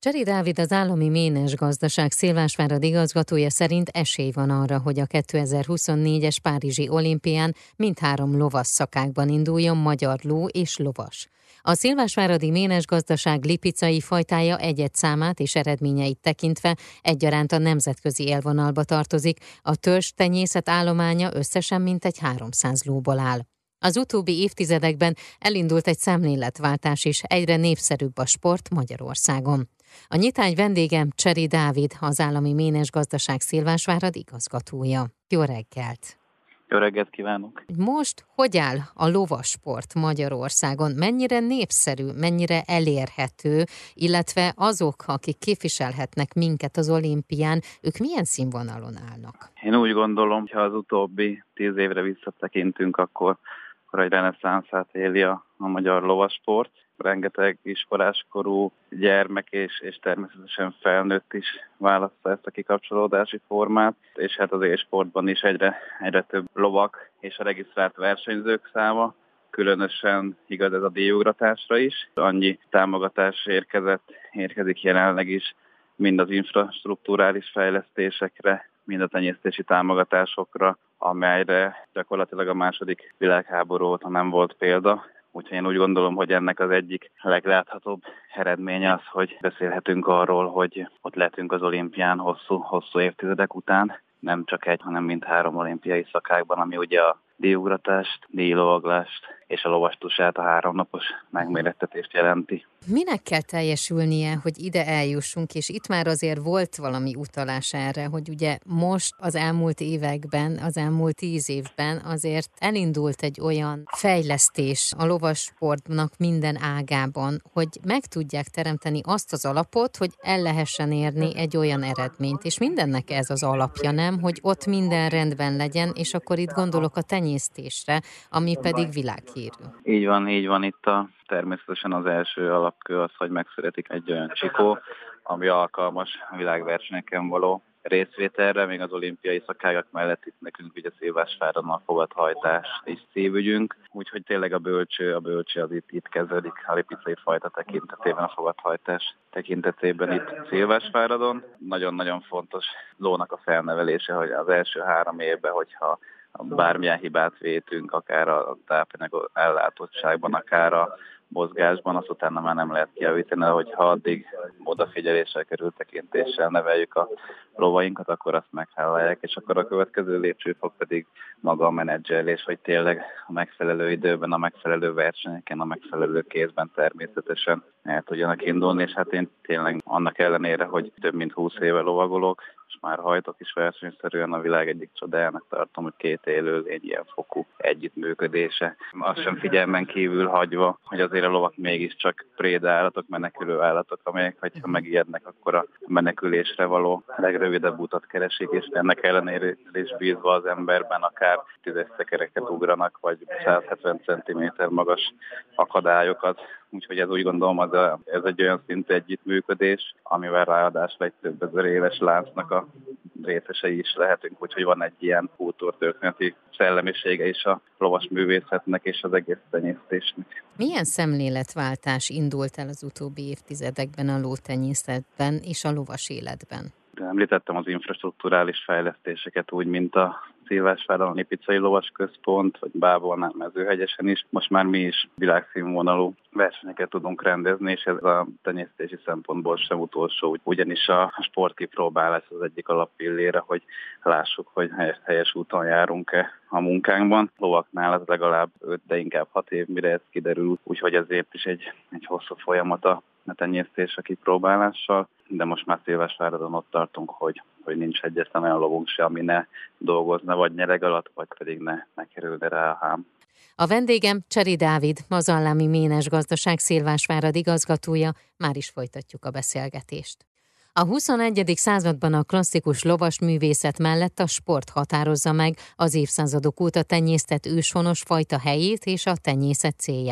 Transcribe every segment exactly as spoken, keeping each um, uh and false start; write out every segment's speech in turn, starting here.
Cseri Dávid, az Állami Ménes Gazdaság Szilvásvárad igazgatója szerint esély van arra, hogy a kétezer-huszonnégyes párizsi olimpián mindhárom lovas szakákban induljon magyar ló és lovas. A szilvásváradi ménes gazdaság lipicai fajtája egyed számát és eredményeit tekintve egyaránt a nemzetközi élvonalba tartozik, a törzs tenyészet állománya összesen mintegy háromszáz lóból áll. Az utóbbi évtizedekben elindult egy szemléletváltás is, egyre népszerűbb a sport Magyarországon. A nyitány vendégem Cseri Dávid, az Állami Ménes Gazdaság Szilvásvárad igazgatója. Jó reggelt! Jó reggelt kívánok! Most hogy áll a lovasport Magyarországon? Mennyire népszerű, mennyire elérhető, illetve azok, akik képviselhetnek minket az olimpián, ők milyen színvonalon állnak? Én úgy gondolom, hogy ha az utóbbi tíz évre visszatekintünk, akkor, akkor egy reneszánszát éli a, a magyar lovasport. Rengeteg iskoláskorú gyermek és, és természetesen felnőtt is választja ezt a kikapcsolódási formát, és hát az élsportban is egyre, egyre több lovak és a regisztrált versenyzők száma. Különösen igaz ez a díjugratásra is. Annyi támogatás érkezett, érkezik jelenleg is, mind az infrastrukturális fejlesztésekre, mind a tenyésztési támogatásokra, amelyre gyakorlatilag a második világháború óta nem volt példa. Úgyhogy én úgy gondolom, hogy ennek az egyik legláthatóbb eredménye az, hogy beszélhetünk arról, hogy ott lehetünk az olimpián hosszú, hosszú évtizedek után, nem csak egy, hanem mindhárom olimpiai szakákban, ami ugye a díjugratást, díjlovaglást és a lovastusát, a háromnapos megmérettetést jelenti. Minek kell teljesülnie, hogy ide eljussunk, és itt már azért volt valami utalás erre, hogy ugye most az elmúlt években, az elmúlt tíz évben azért elindult egy olyan fejlesztés a lovasportnak minden ágában, hogy meg tudják teremteni azt az alapot, hogy el lehessen érni egy olyan eredményt, és mindennek ez az alapja, nem, hogy ott minden rendben legyen, és akkor itt gondolok a tenyésztésre, ami pedig világhírű. Így van, így van itt a természetesen az első alapkő az, hogy megszületik egy olyan csikó, ami alkalmas a világversenyeken való részvételre, még az olimpiai szakágak mellett itt nekünk ugye Szilvásváron a fogadhajtás és szívügyünk, úgyhogy tényleg a bölcső, a bölcső az itt, itt kezdődik a lipicai fajta tekintetében, a fogadhajtás tekintetében itt Szilvásváradon. Nagyon-nagyon fontos lónak a felnevelése, hogy az első három évben, hogyha bármilyen hibát vétünk, akár a tápanyag ellátottságban, akár a mozgásban, azt utána már nem lehet kijavítani, hogyha addig odafigyeléssel, körültekintéssel neveljük a lovainkat, akkor azt meghálálják, és akkor a következő lépcsőfok pedig maga a menedzselés, hogy tényleg a megfelelő időben, a megfelelő versenyeken, a megfelelő kézben természetesen el tudjanak indulni, és hát én tényleg annak ellenére, hogy több mint húsz éve lovagolok, és már hajtok is versenyszerűen, a világ egyik csodájának tartom, hogy két élőlény ilyen fokú együttműködése. Azt sem figyelmen kívül hagyva, hogy azért a lovak mégiscsak prédaállatok, menekülő állatok, amelyek, hogyha megijednek, akkor a menekülésre való legrövidebb utat keresik, és ennek ellenére is bízva az emberben akár tízes szekereket ugranak, vagy száz hetven centiméter magas akadályokat. Úgyhogy ez úgy gondolom, az a, ez egy olyan szintű együttműködés, amivel ráadásul egy több ezer éves láncnak a részesei is lehetünk, úgyhogy van egy ilyen kultúrtörténeti szellemisége is a lovas művészetnek és az egész tenyésztésnek. Milyen szemléletváltás indult el az utóbbi évtizedekben a lótenyészetben és a lovas életben? De említettem az infrastrukturális fejlesztéseket úgy, mint a Szilvásváron a Lipicai Lovas Központ, vagy Bábolnál, Mezőhegyesen is. Most már mi is világszínvonalú versenyeket tudunk rendezni, és ez a tenyésztési szempontból sem utolsó. Ugyanis a sportkipróbálás az egyik alappillére, hogy lássuk, hogy helyes, helyes úton járunk-e a munkánkban. Lovaknál az legalább öt, de inkább hat év, mire ez kiderül, úgyhogy ezért is egy, egy hosszú folyamat a tenyésztés a kipróbálással, de most már Szilvásváradon ott tartunk, hogy, hogy nincs egyetlen olyan lovunk se, ami ne dolgozna, vagy nyereg alatt, vagy pedig ne, ne kerülne rá a hám. A vendégem Cseri Dávid, az Állami Ménes Gazdaság Szilvásvárad igazgatója, már is folytatjuk a beszélgetést. A huszonegyedik században a klasszikus lovas művészet mellett a sport határozza meg az évszázadok óta tenyésztett őshonos fajta helyét és a tenyészet célját.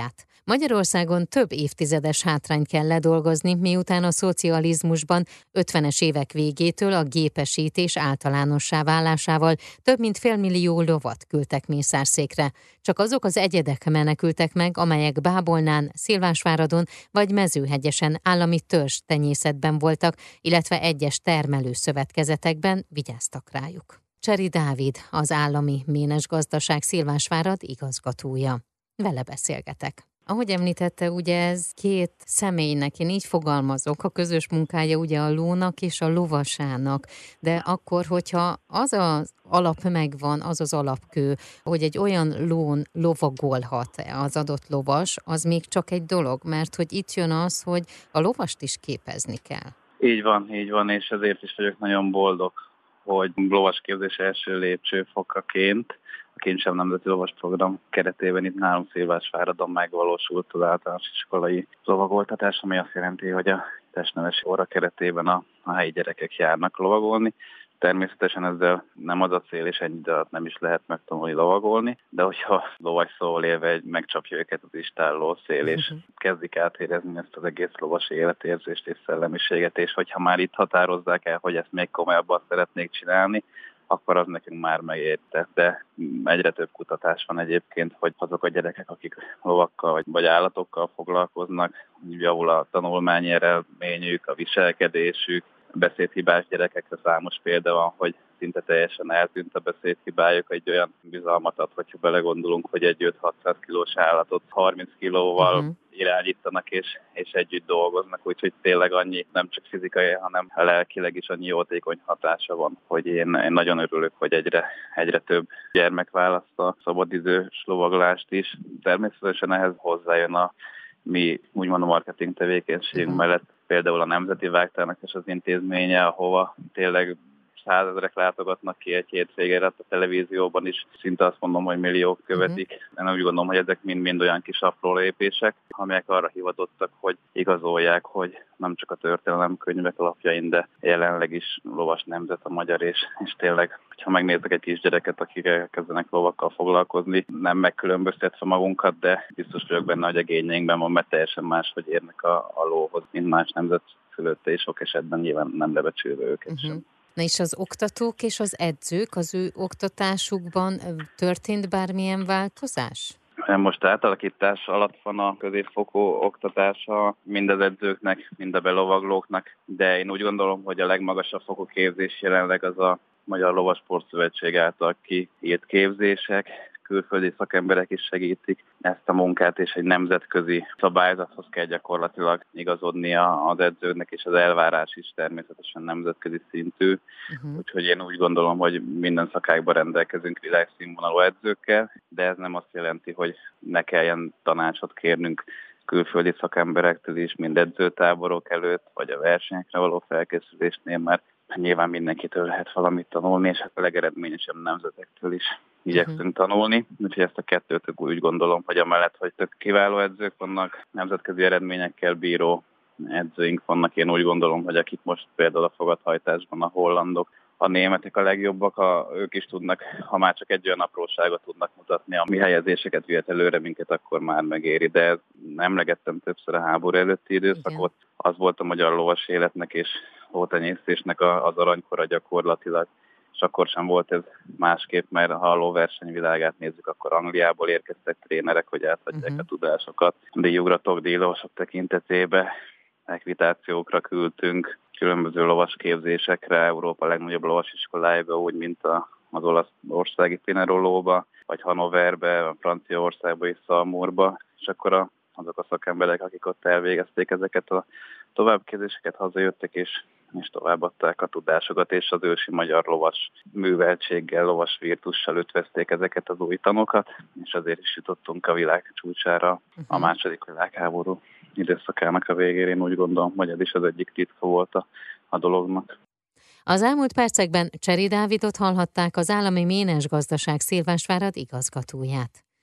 Magyarországon több évtizedes hátrányt kell ledolgozni, miután a szocializmusban ötvenes évek végétől a gépesítés általánossá válásával több mint félmillió lovat küldtek mészárszékre. Csak azok az egyedek menekültek meg, amelyek Bábolnán, Szilvásváradon vagy Mezőhegyesen állami törzs tenyészetben voltak, illetve egyes termelőszövetkezetekben vigyáztak rájuk. Cseri Dávid, az állami ménesgazdaság Szilvásvárad igazgatója. Vele beszélgetek. Ahogy említette, ugye ez két személynek, én így fogalmazok, a közös munkája ugye a lónak és a lovasának, de akkor, hogyha az az alap megvan, az az alapkő, hogy egy olyan lón lovagolhat az adott lovas, az még csak egy dolog, mert hogy itt jön az, hogy a lovast is képezni kell. Így van, így van, és ezért is vagyok nagyon boldog, hogy lovasképzés első lépcsőfokaként a Kincsem Nemzeti Lovas Program keretében itt nálunk Szilvásváradon megvalósult az általános iskolai lovagoltatás, ami azt jelenti, hogy a testneves óra keretében a, a helyi gyerekek járnak lovagolni. Természetesen ezzel nem az a cél, és ennyi idő alatt nem is lehet megtanulni lovagolni, de hogyha lovas szóval élve egy megcsapja őket az istálló szél, és uh-huh. kezdik átérezni ezt az egész lovas életérzést és szellemiséget, és hogyha már itt határozzák el, hogy ezt még komolyabban szeretnék csinálni, akkor az nekünk már megérte. De egyre több kutatás van egyébként, hogy azok a gyerekek, akik lovakkal vagy, vagy állatokkal foglalkoznak, javul a tanulmányi eredményük, a viselkedésük, beszédhibás gyerekekre számos példa van, hogy szinte teljesen eltűnt a beszédhibájuk, egy olyan bizalmat ad, hogyha belegondolunk, hogy egy öt-hatszáz kilós állatot harminc kilóval uh-huh. irányítanak és, és együtt dolgoznak, úgyhogy tényleg annyi nem csak fizikai, hanem lelkileg is annyi jótékony hatása van, hogy én, én nagyon örülök, hogy egyre, egyre több gyermek választ a szabadidős lovaglást is. Természetesen ehhez hozzájön a mi úgymond a marketing tevékenységünk uh-huh. mellett például a Nemzeti Vágtának és az intézménye, ahova tényleg százezrek látogatnak ki egy hétvégére, a televízióban is szinte azt mondom, hogy milliók követik. Uh-huh. Én úgy gondolom, hogy ezek mind-mind olyan kis apró lépések, amelyek arra hivatottak, hogy igazolják, hogy nem csak a történelemkönyvek alapjain, de jelenleg is lovas nemzet a magyar, és, és tényleg, ha megnézzek egy kisgyereket, akik elkezdenek lovakkal foglalkozni, nem megkülönböztetve magunkat, de biztos vagyok benne, hogy a gényeinkben van, mert teljesen más, hogy érnek a, a lóhoz, mint más nemzet szülötte, és sok esetben nyilván nem lebecsülve őket uh-huh. sem. Na és az oktatók és az edzők, az ő oktatásukban történt bármilyen változás? Most átalakítás alatt van a középfokú oktatása mind az edzőknek, mind a belovaglóknak, de én úgy gondolom, hogy a legmagasabb fokú képzés jelenleg az a Magyar Lovasportszövetség által kiírt képzések, külföldi szakemberek is segítik ezt a munkát, és egy nemzetközi szabályzathoz kell gyakorlatilag igazodnia az edzőknek, és az elvárás is természetesen nemzetközi szintű. Uh-huh. Úgyhogy én úgy gondolom, hogy minden szakágban rendelkezünk világszínvonalú edzőkkel, de ez nem azt jelenti, hogy ne kelljen tanácsot kérnünk külföldi szakemberektől is, mind edzőtáborok előtt, vagy a versenyekre való felkészülésnél, mert nyilván mindenkitől lehet valamit tanulni, és a legeredményesebb nemzetektől is igyekszünk uh-huh. tanulni. Úgyhogy ezt a kettőt úgy gondolom, hogy amellett, hogy tök kiváló edzők vannak, nemzetközi eredményekkel bíró edzőink vannak, én úgy gondolom, hogy akik most például a fogathajtásban a hollandok, a németek a legjobbak, ha ők is tudnak, ha már csak egy olyan apróságot tudnak mutatni, ami helyezéseket vihet előre minket, akkor már megéri. De emlegettem többször a háború előtti időszakot, igen. Az volt a magyar lovas életnek és lótenyésztésnek az aranykora gyakorlatilag. És akkor sem volt ez másképp, mert ha a lóverseny világát nézzük, akkor Angliából érkeztek trénerek, hogy átadják uh-huh. a tudásokat. Díjugratok, díjlósok tekintetében ekvitációkra küldtünk, különböző lovasképzésekre, Európa legnagyobb lovasiskolájába, úgy, mint a, az olaszországi Pinerolóba, vagy Hannoverbe, a Franciaországba és Salmourba, és akkor a, azok a szakemberek, akik ott elvégezték ezeket a továbbképzéseket, hazajöttek, és és továbbadták a tudásokat, és az ősi magyar lovas műveltséggel, lovas virtussal ötvözték ezeket az új tanokat, és azért is jutottunk a világ csúcsára uh-huh. a második világháború időszakának a végére. Én úgy gondolom, hogy ez is az egyik titka volt a, a dolognak. Az elmúlt percekben Cseri Dávidot hallhatták, az állami ménesgazdaság Szilvásvárad igazgatóját.